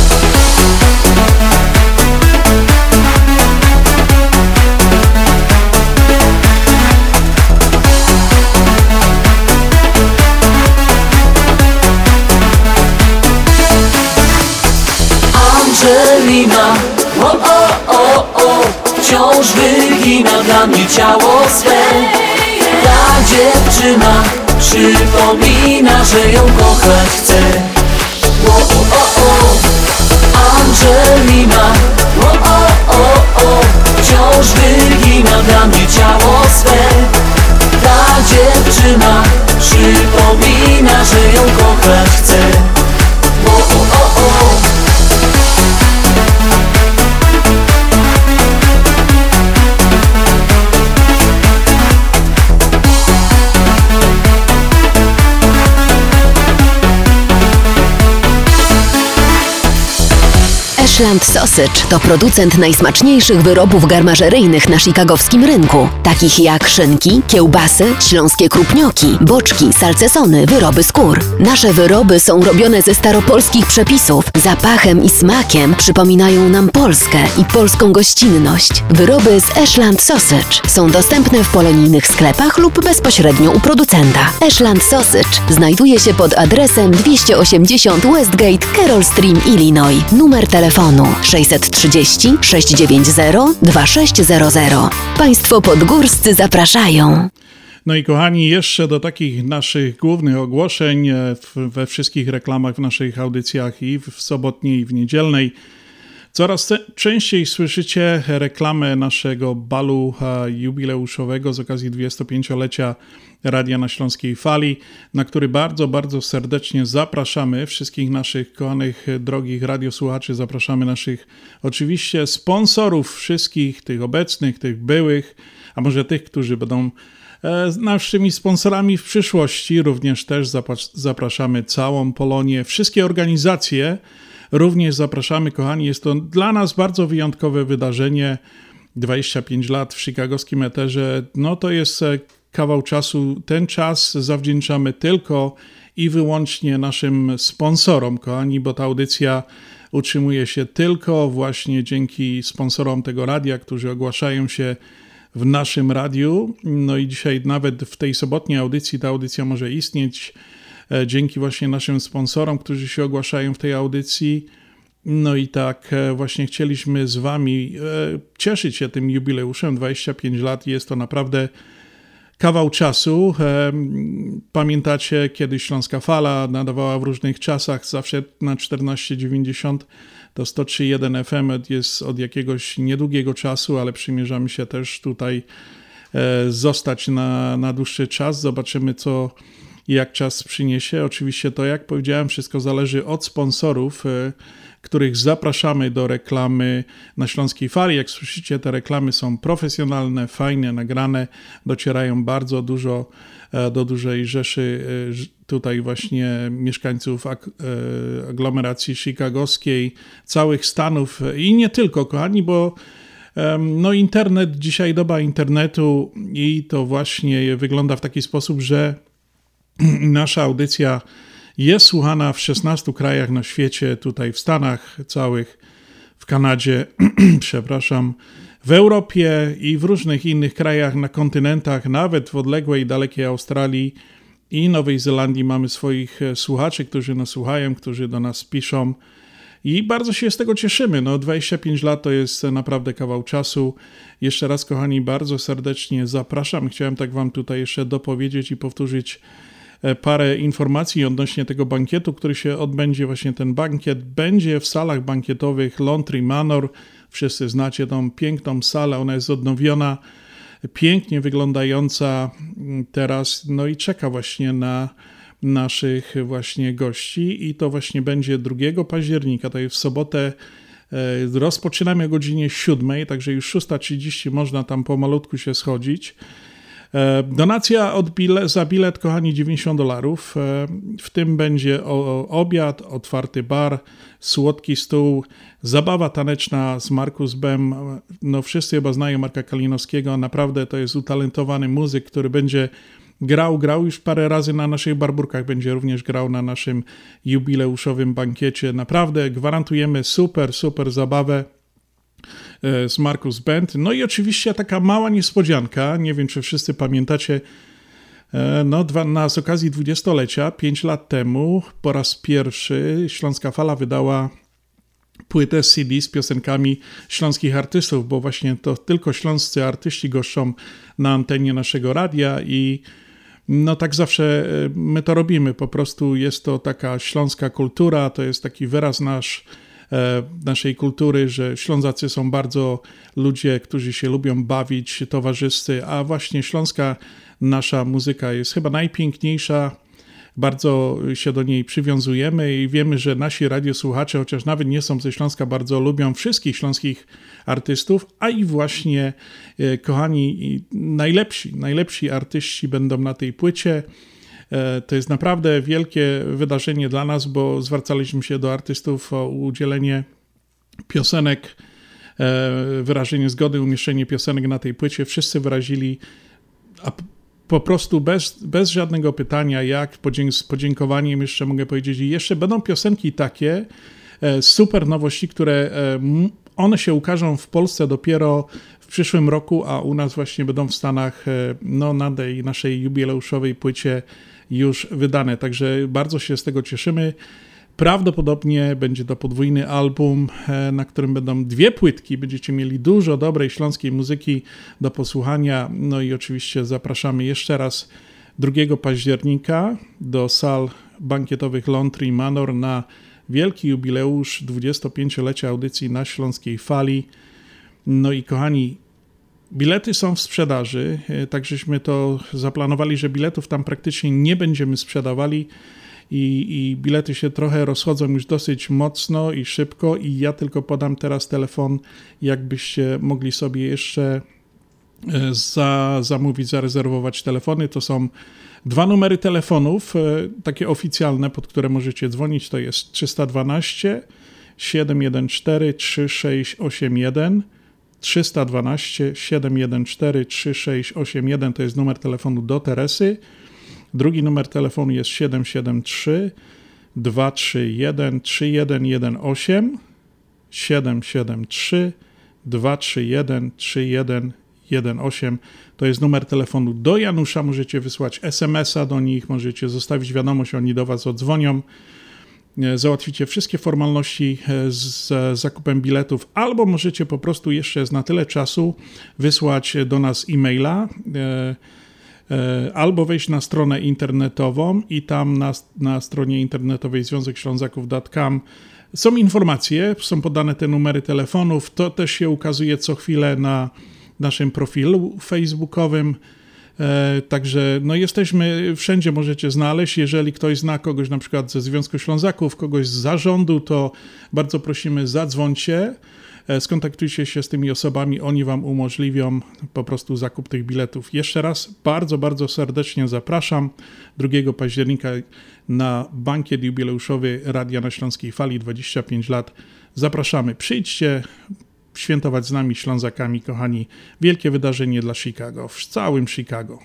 Speaker 3: Angelina, o, o, o, o, wciąż wygina dla mnie ciało swe. Ta dziewczyna przypomina, że ją kochać chcę. O, o, o, o, Angelina, o, o, o, o, wciąż wygina dla mnie ciało swe. Ta dziewczyna przypomina, że ją kochać chcę. O, o, o, o.
Speaker 20: Ashland Sausage to producent najsmaczniejszych wyrobów garmażeryjnych na chicagowskim rynku, takich jak szynki, kiełbasy, śląskie krupnioki, boczki, salcesony, wyroby skór. Nasze wyroby są robione ze staropolskich przepisów. Zapachem i smakiem przypominają nam Polskę i polską gościnność. Wyroby z Ashland Sausage są dostępne w polonijnych sklepach lub bezpośrednio u producenta. Ashland Sausage znajduje się pod adresem 280 Westgate, Carroll Stream, Illinois. Numer telefonu 630 690 2600. Państwo podgórscy zapraszają.
Speaker 2: No i kochani, jeszcze do takich naszych głównych ogłoszeń we wszystkich reklamach w naszych audycjach i w sobotniej i w niedzielnej. Coraz częściej słyszycie reklamę naszego balu jubileuszowego z okazji 25-lecia Radia na Śląskiej Fali, na który bardzo, bardzo serdecznie zapraszamy wszystkich naszych kochanych, drogich radiosłuchaczy. Zapraszamy naszych oczywiście sponsorów, wszystkich tych obecnych, tych byłych, a może tych, którzy będą naszymi sponsorami w przyszłości. Również też zapraszamy całą Polonię, wszystkie organizacje. Również zapraszamy, kochani, jest to dla nas bardzo wyjątkowe wydarzenie. 25 lat w chicagowskim eterze, no to jest kawał czasu. Ten czas zawdzięczamy tylko i wyłącznie naszym sponsorom, kochani, bo ta audycja utrzymuje się tylko właśnie dzięki sponsorom tego radia, którzy ogłaszają się w naszym radiu. No i dzisiaj nawet w tej sobotniej audycji ta audycja może istnieć dzięki właśnie naszym sponsorom, którzy się ogłaszają w tej audycji. No i tak właśnie chcieliśmy z wami cieszyć się tym jubileuszem. 25 lat, jest to naprawdę kawał czasu. Pamiętacie, kiedy Śląska Fala nadawała w różnych czasach, zawsze na 14,90, to 103,1 FM jest od jakiegoś niedługiego czasu, ale przymierzamy się też tutaj zostać na dłuższy czas. Zobaczymy, co jak czas przyniesie. Oczywiście to, jak powiedziałem, wszystko zależy od sponsorów, których zapraszamy do reklamy na Śląskiej Fali. Jak słyszycie, te reklamy są profesjonalne, fajne, nagrane, docierają bardzo dużo do dużej rzeszy tutaj właśnie mieszkańców aglomeracji chicagowskiej, całych Stanów i nie tylko, kochani, bo no internet, dzisiaj doba internetu i to właśnie wygląda w taki sposób, że nasza audycja jest słuchana w 16 krajach na świecie, tutaj w Stanach całych, w Kanadzie, przepraszam, w Europie i w różnych innych krajach na kontynentach, nawet w odległej, dalekiej Australii i Nowej Zelandii mamy swoich słuchaczy, którzy nas słuchają, którzy do nas piszą i bardzo się z tego cieszymy. No 25 lat to jest naprawdę kawał czasu. Jeszcze raz, kochani, bardzo serdecznie zapraszam. Chciałem tak wam tutaj jeszcze dopowiedzieć i powtórzyć parę informacji odnośnie tego bankietu, który się odbędzie. Właśnie ten bankiet będzie w salach bankietowych Laundry Manor. Wszyscy znacie tą piękną salę, ona jest odnowiona, pięknie wyglądająca teraz, no i czeka właśnie na naszych właśnie gości i to właśnie będzie 2 października, to jest w sobotę. Rozpoczynamy o godzinie 7, także już 6:30 można tam pomalutku się schodzić. Donacja za bilet, kochani, $90. W tym będzie obiad, otwarty bar, słodki stół, zabawa taneczna z Markus Bem. No wszyscy chyba znają Marka Kalinowskiego. Naprawdę to jest utalentowany muzyk, który będzie grał już parę razy na naszych barburkach. Będzie również grał na naszym jubileuszowym bankiecie. Naprawdę gwarantujemy super zabawę z Markus Band. No i oczywiście taka mała niespodzianka, nie wiem, czy wszyscy pamiętacie, z okazji 20-lecia, 5 lat temu, po raz pierwszy Śląska Fala wydała płytę CD z piosenkami śląskich artystów, bo właśnie to tylko śląscy artyści goszczą na antenie naszego radia i no tak zawsze my to robimy, po prostu jest to taka śląska kultura, to jest taki wyraz naszej kultury, że Ślązacy są bardzo ludzie, którzy się lubią bawić, towarzyscy, a właśnie śląska nasza muzyka jest chyba najpiękniejsza, bardzo się do niej przywiązujemy i wiemy, że nasi radiosłuchacze, chociaż nawet nie są ze Śląska, bardzo lubią wszystkich śląskich artystów, a i właśnie kochani, najlepsi artyści będą na tej płycie. To jest naprawdę wielkie wydarzenie dla nas, bo zwracaliśmy się do artystów o udzielenie piosenek, wyrażenie zgody, umieszczenie piosenek na tej płycie. Wszyscy wyrazili po prostu bez żadnego pytania, jak, z podziękowaniem jeszcze mogę powiedzieć. I jeszcze będą piosenki takie, super nowości, które one się ukażą w Polsce dopiero w przyszłym roku, a u nas właśnie będą w Stanach na tej naszej jubileuszowej płycie już wydane. Także bardzo się z tego cieszymy. Prawdopodobnie będzie to podwójny album, na którym będą 2 płytki. Będziecie mieli dużo dobrej śląskiej muzyki do posłuchania. No i oczywiście zapraszamy jeszcze raz 2 października do sal bankietowych Laundry Manor na wielki jubileusz 25-lecia audycji na Śląskiej Fali. No i kochani, bilety są w sprzedaży, tak żeśmy to zaplanowali, że biletów tam praktycznie nie będziemy sprzedawali i bilety się trochę rozchodzą już dosyć mocno i szybko i ja tylko podam teraz telefon, jakbyście mogli sobie jeszcze zamówić, zarezerwować telefony. To są 2 numery telefonów, takie oficjalne, pod które możecie dzwonić. To jest 312 714 3681, 312 714 3681, to jest numer telefonu do Teresy. Drugi numer telefonu jest 773 231 3118, 773 231 3118. To jest numer telefonu do Janusza. Możecie wysłać SMS-a do nich, możecie zostawić wiadomość, oni do was odzwonią. Załatwicie wszystkie formalności z zakupem biletów, albo możecie po prostu jeszcze jest na tyle czasu wysłać do nas e-maila, albo wejść na stronę internetową i tam na stronie internetowej związekślązaków.com są informacje, są podane te numery telefonów. To też się ukazuje co chwilę na naszym profilu facebookowym. Także no jesteśmy, wszędzie możecie znaleźć. Jeżeli ktoś zna kogoś na przykład ze Związku Ślązaków, kogoś z zarządu, to bardzo prosimy, zadzwońcie, skontaktujcie się z tymi osobami, oni wam umożliwią po prostu zakup tych biletów. Jeszcze raz bardzo, bardzo serdecznie zapraszam 2 października na bankiet jubileuszowy Radia na Śląskiej Fali, 25 lat. Zapraszamy, przyjdźcie świętować z nami, Ślązakami, kochani. Wielkie wydarzenie dla Chicago, w całym Chicago.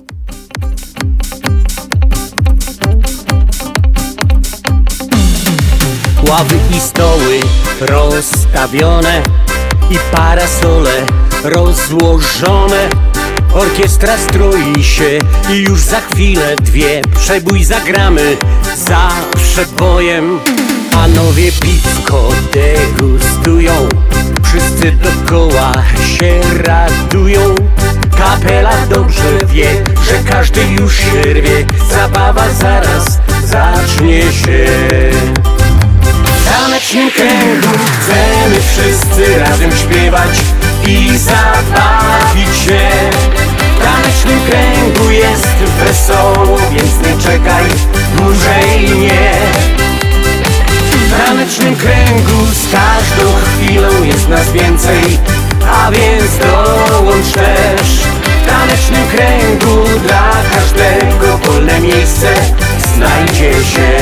Speaker 10: Ławy i stoły rozstawione i parasole rozłożone. Orkiestra stroi się i już za chwilę 2 przebój zagramy za przebojem. Panowie piwko degustują, wszyscy dookoła się radują. Kapela dobrze wie, że każdy już się rwie, zabawa zaraz zacznie się. W tanecznym kręgu chcemy wszyscy razem śpiewać i zabawić się. W tanecznym kręgu jest wesoło, więc nie czekaj dłużej, nie. W tanecznym kręgu z każdą chwilą jest nas więcej, a więc dołącz też. W tanecznym kręgu dla każdego wolne miejsce znajdzie się.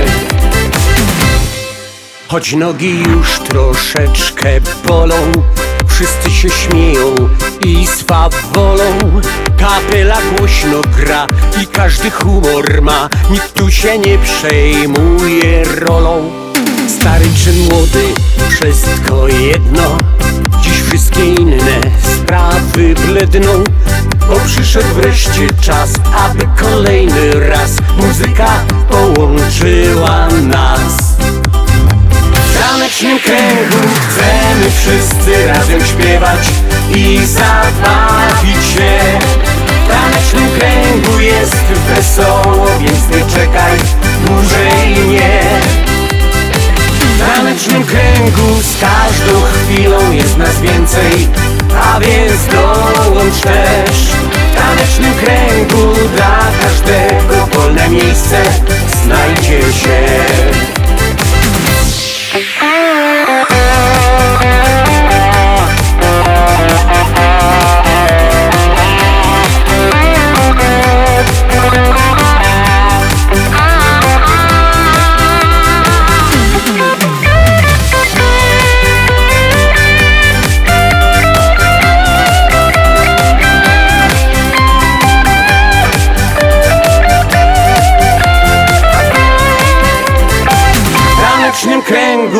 Speaker 10: Choć nogi już troszeczkę bolą, wszyscy się śmieją i swawolą. Kapela głośno gra i każdy humor ma, nikt tu się nie przejmuje rolą. Stary czy młody, wszystko jedno, dziś wszystkie inne sprawy bledną. Bo przyszedł wreszcie czas, aby kolejny raz muzyka połączyła nas. W tanecznym kręgu chcemy wszyscy razem śpiewać i zabawić się. W tanecznym kręgu jest wesoło, więc nie czekaj dłużej, nie. W tanecznym kręgu z każdą chwilą jest nas więcej, a więc dołącz też. W tanecznym kręgu dla każdego wolne miejsce znajdzie się.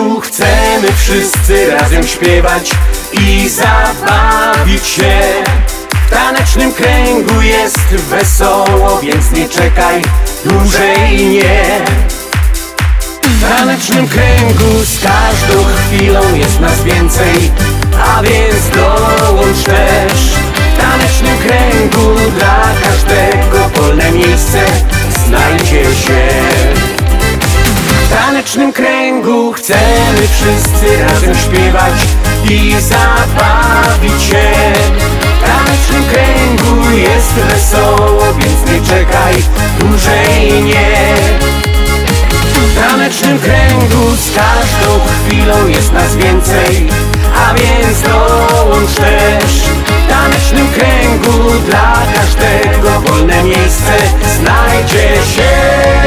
Speaker 3: kręgu chcemy wszyscy razem śpiewać i zabawić się. W tanecznym kręgu jest wesoło, więc nie czekaj dłużej, nie. W tanecznym kręgu z każdą chwilą jest nas więcej, a więc dołącz też. W tanecznym kręgu dla każdego wolne miejsce znajdzie się. W tanecznym kręgu chcemy wszyscy razem śpiewać i zabawić się. W tanecznym kręgu jest wesoło, więc nie czekaj dłużej, nie. W tanecznym kręgu z każdą chwilą jest nas więcej, a więc dołącz też. W tanecznym kręgu dla każdego wolne miejsce znajdzie się.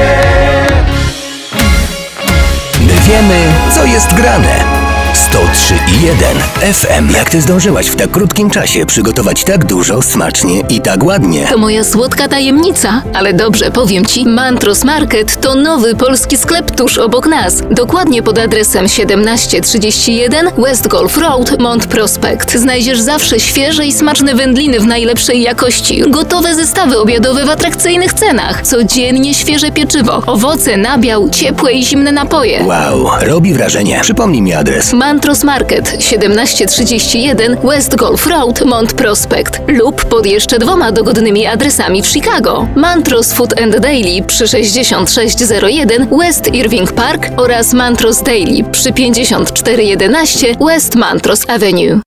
Speaker 7: My wiemy, co jest grane. 103,1 FM. Jak ty zdążyłaś w tak krótkim czasie przygotować tak dużo, smacznie i tak ładnie?
Speaker 20: To moja słodka tajemnica, ale dobrze, powiem ci, Mantros Market to nowy polski sklep tuż obok nas. Dokładnie pod adresem 1731 West Golf Road, Mont Prospect. Znajdziesz zawsze świeże i smaczne wędliny w najlepszej jakości, gotowe zestawy obiadowe w atrakcyjnych cenach, codziennie świeże pieczywo, owoce, nabiał, ciepłe i zimne napoje.
Speaker 7: Wow, robi wrażenie. Przypomnij mi adres.
Speaker 20: Mantros Market 1731 West Golf Road, Mont Prospect lub pod jeszcze 2 dogodnymi adresami w Chicago. Mantros Food and Daily przy 6601 West Irving Park oraz Mantros Daily przy 5411 West Mantros Avenue.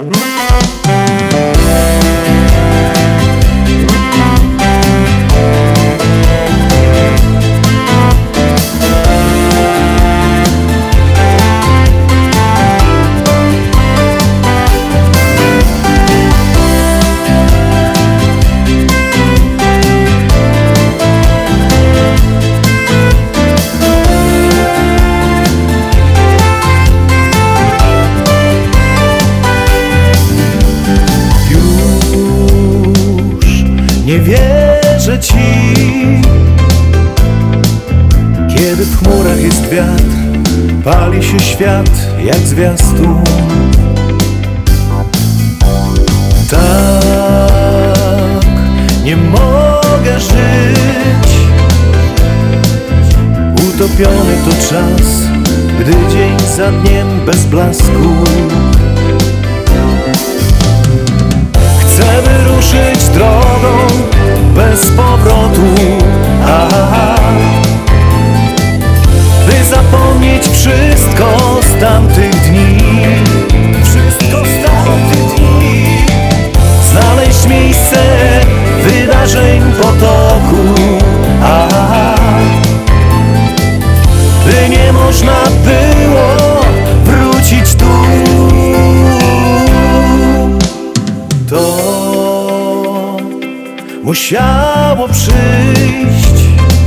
Speaker 15: Nie wierzę ci, kiedy w chmurach jest wiatr, pali się świat jak zwiastun. Tak, nie mogę żyć, utopiony to czas, gdy dzień za dniem bez blasku. Chcę wyruszyć drogą bez powrotu, by zapomnieć wszystko z tamtych dni. Wszystko z tamtych dni. Znaleźć miejsce wydarzeń potoku, by nie można było wrócić tu. To musiało przyjść.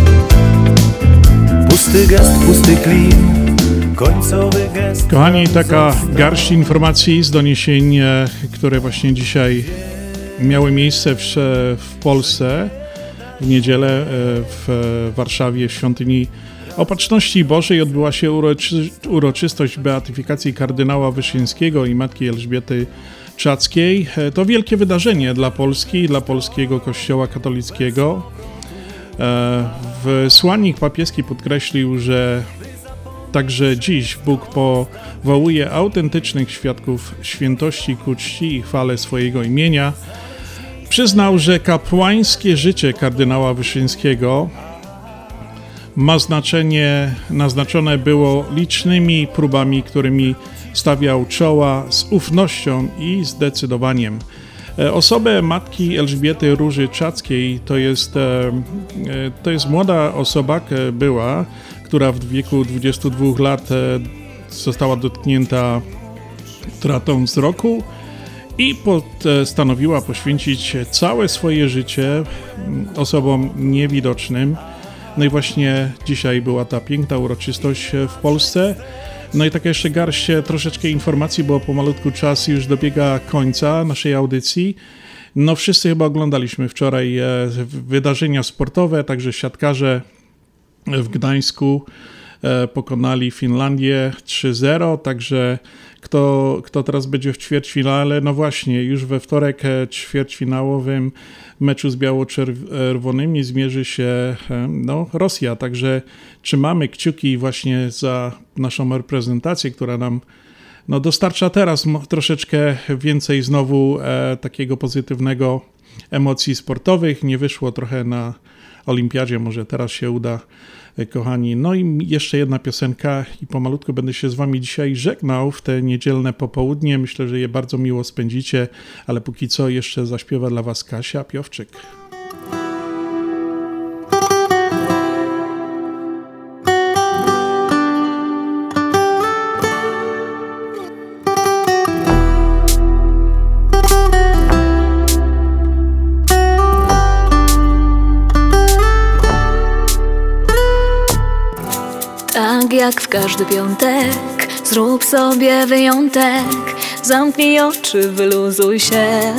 Speaker 15: Pusty gest, pusty klin, końcowy gest.
Speaker 2: Kochani, taka garść informacji z doniesień, które właśnie dzisiaj miały miejsce w Polsce w niedzielę w Warszawie w Świątyni Opatrzności Bożej odbyła się uroczystość beatyfikacji kardynała Wyszyńskiego i matki Elżbiety Czackiej. To wielkie wydarzenie dla Polski i dla polskiego Kościoła katolickiego. Wysłannik papieski podkreślił, że także dziś Bóg powołuje autentycznych świadków świętości ku czci i chwale swojego imienia. Przyznał, że kapłańskie życie kardynała Wyszyńskiego naznaczone było licznymi próbami, którymi stawiał czoła z ufnością i zdecydowaniem. Osobę matki Elżbiety Róży Czackiej to jest młoda osoba była, która w wieku 22 lat została dotknięta utratą wzroku i postanowiła poświęcić całe swoje życie osobom niewidocznym. No i właśnie dzisiaj była ta piękna uroczystość w Polsce. No i tak jeszcze garść troszeczkę informacji, bo pomalutku czas już dobiega końca naszej audycji. No wszyscy chyba oglądaliśmy wczoraj wydarzenia sportowe, także siatkarze w Gdańsku pokonali Finlandię 3-0, także kto teraz będzie w ćwierćfinale? No właśnie, już we wtorek ćwierćfinałowym meczu z biało-czerwonymi zmierzy się Rosja, także trzymamy kciuki właśnie za naszą reprezentację, która nam dostarcza teraz troszeczkę więcej znowu takiego pozytywnego emocji sportowych. Nie wyszło trochę na olimpiadzie, może teraz się uda, kochani. No i jeszcze jedna piosenka i pomalutko będę się z wami dzisiaj żegnał w te niedzielne popołudnie. Myślę, że je bardzo miło spędzicie, ale póki co jeszcze zaśpiewa dla was Kasia Piowczyk.
Speaker 5: Tak jak w każdy piątek, zrób sobie wyjątek. Zamknij oczy, wyluzuj się.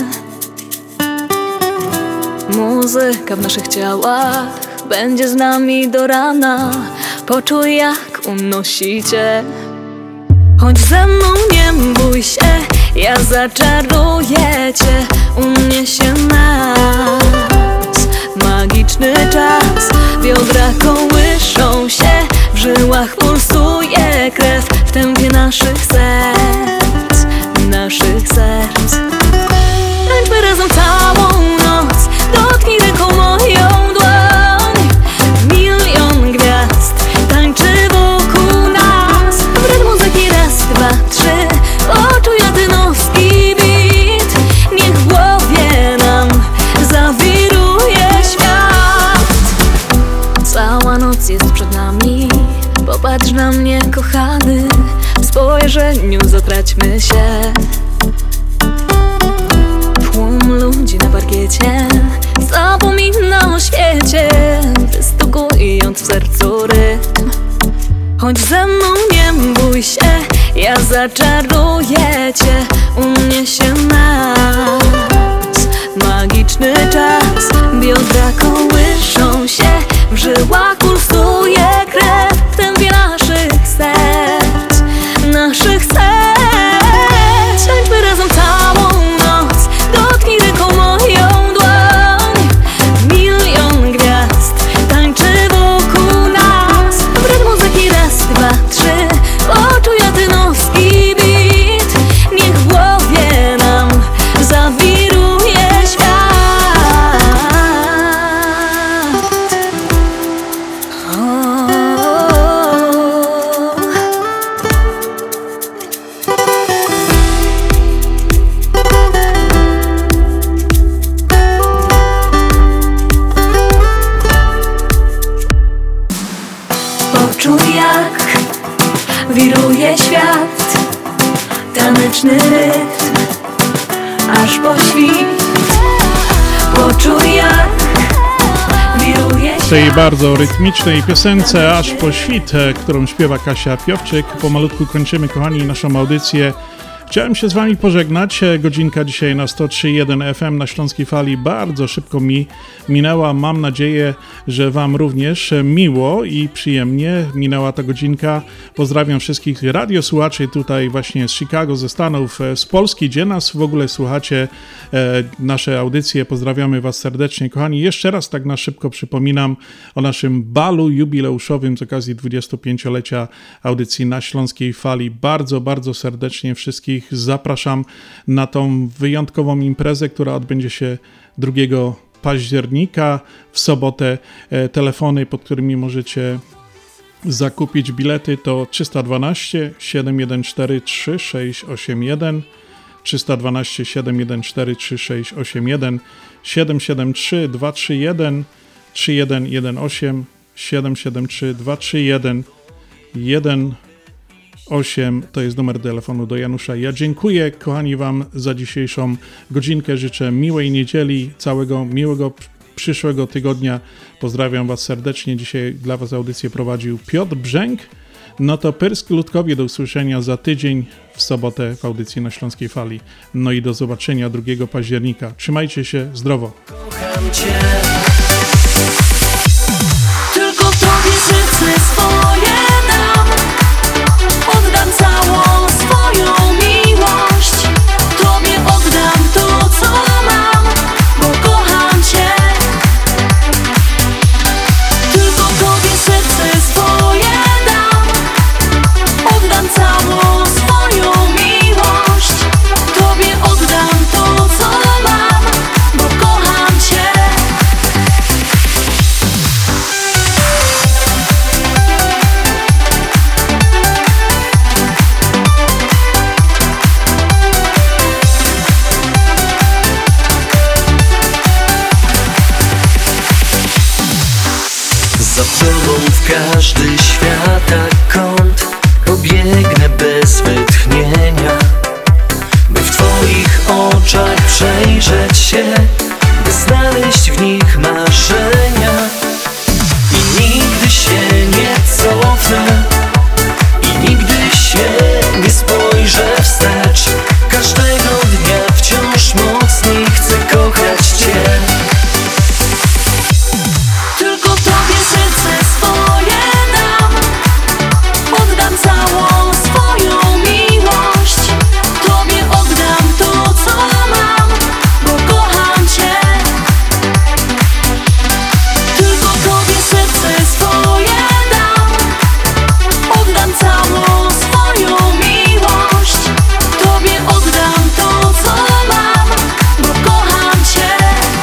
Speaker 5: Muzyka w naszych ciałach będzie z nami do rana. Poczuj, jak unosi cię. Chodź ze mną, nie bój się, ja zaczaruję cię. Uniesie nas magiczny czas. Biodra kołyszą się, w żyłach pulsuje krew, w tempie naszych serc, naszych serc. Tańczmy razem całą noc, dotknij ręką moją dłoń. Milion gwiazd tańczy wokół nas, w rytm muzyki raz, dwa, trzy. Poczuj latynoski beat, niech w głowie nam zawiruje świat. Cała noc jest przed nami, popatrz na mnie, kochany, w spojrzeniu zatraćmy się. Tłum ludzi na parkiecie zapomina o świecie, wystukując w sercu rytm. Chodź ze mną, nie bój się, ja zaczaruję cię. Uniesie nas magiczny czas. Biodra kołyszą się, w żyłach pulsuje krew, w tempie naszych serc, naszych serc. Tańczmy razem całą noc, dotknij ręką moją dłoń. Milion gwiazd tańczy wokół nas, w rytm muzyki raz, dwa, trzy. Poczuj latynoski beat, niech w głowie nam zawiruje świat. Poczuj, jak wiruje świat, taneczny rytm, aż po świt. Poczuj, jak wiruje świat.
Speaker 2: W tej bardzo rytmicznej piosence Aż po świt, którą śpiewa Kasia Piowczyk, pomalutku kończymy, kochani, naszą audycję. Chciałem się z wami pożegnać. Godzinka dzisiaj na 103.1 FM na Śląskiej Fali bardzo szybko mi minęła. Mam nadzieję, że wam również miło i przyjemnie minęła ta godzinka. Pozdrawiam wszystkich radiosłuchaczy tutaj właśnie z Chicago, ze Stanów, z Polski, gdzie nas w ogóle słuchacie, nasze audycje. Pozdrawiamy was serdecznie, kochani. Jeszcze raz tak na szybko przypominam o naszym balu jubileuszowym z okazji 25-lecia audycji na Śląskiej Fali. Bardzo, bardzo serdecznie wszystkich zapraszam na tą wyjątkową imprezę, która odbędzie się 2 października w sobotę. Telefony, pod którymi możecie zakupić bilety, to 312 714 3681, 312 714 3681, 773 231 3118, 773 231 118 to jest numer telefonu do Janusza. Ja dziękuję, kochani, wam za dzisiejszą godzinkę. Życzę miłej niedzieli, całego miłego przyszłego tygodnia. Pozdrawiam was serdecznie. Dzisiaj dla was audycję prowadził Piotr Brzęk. No to Pyrsk Ludkowie, do usłyszenia za tydzień w sobotę w audycji na Śląskiej Fali. No i do zobaczenia 2 października. Trzymajcie się, zdrowo.
Speaker 3: Kocham cię. Tylko w tobie serce swoje Za tobą w każdy świata kąt pobiegnę bez wytchnienia, by w twoich oczach przejrzeć się, by znaleźć w nich marzenia. I nigdy się nie cofnę, i nigdy się nie spojrzę wstecz. Każdego dnia wciąż mocniej chcę kochać cię.
Speaker 5: Tylko tobie serce swoje dam, oddam całą swoją miłość. Tobie oddam to, co mam, bo kocham cię. Tylko tobie serce swoje dam, oddam całą swoją miłość. Tobie oddam to, co mam, bo kocham cię.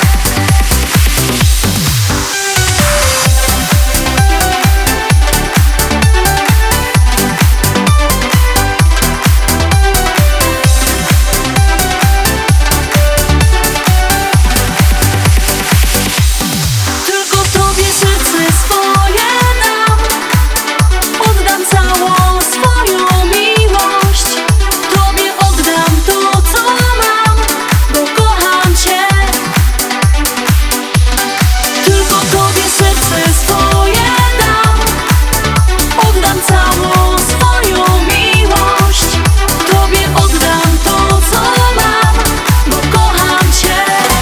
Speaker 5: Tylko tobie serce swoje dam, oddam całą swoją miłość. Tobie oddam to, co mam, bo kocham cię. Tylko tobie serce swoje dam, oddam całą swoją miłość. Tobie oddam to, co mam, bo kocham cię.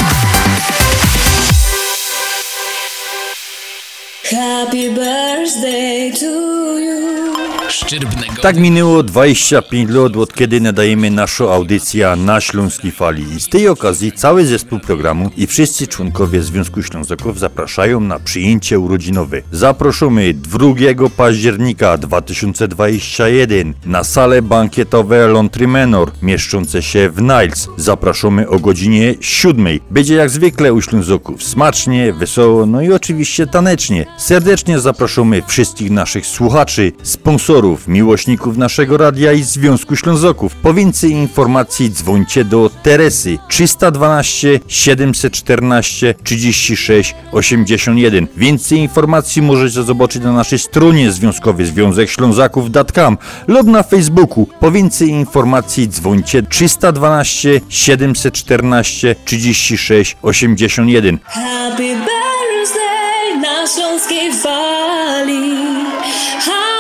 Speaker 8: Happy birthday to you.
Speaker 9: Tak minęło 25 lat, od kiedy nadajemy naszą audycję na Śląskiej Fali. I z tej okazji cały zespół programu i wszyscy członkowie Związku Ślązaków zapraszają na przyjęcie urodzinowe. Zapraszamy 2 października 2021 na salę bankietowe Lontry Menor, mieszczące się w Niles. Zapraszamy o godzinie 7. Będzie jak zwykle u Ślązaków smacznie, wesoło, no i oczywiście tanecznie. Serdecznie zapraszamy wszystkich naszych słuchaczy, sponsorów, miłośników naszego radia i Związku Ślązaków. Po więcej informacji dzwońcie do Teresy 312 714 36 81. Więcej informacji możecie zobaczyć na naszej stronie związkowej związekślązaków.com lub na Facebooku. Po więcej informacji dzwońcie 312 714 36 81.
Speaker 8: Happy birthday na Śląskiej Fali.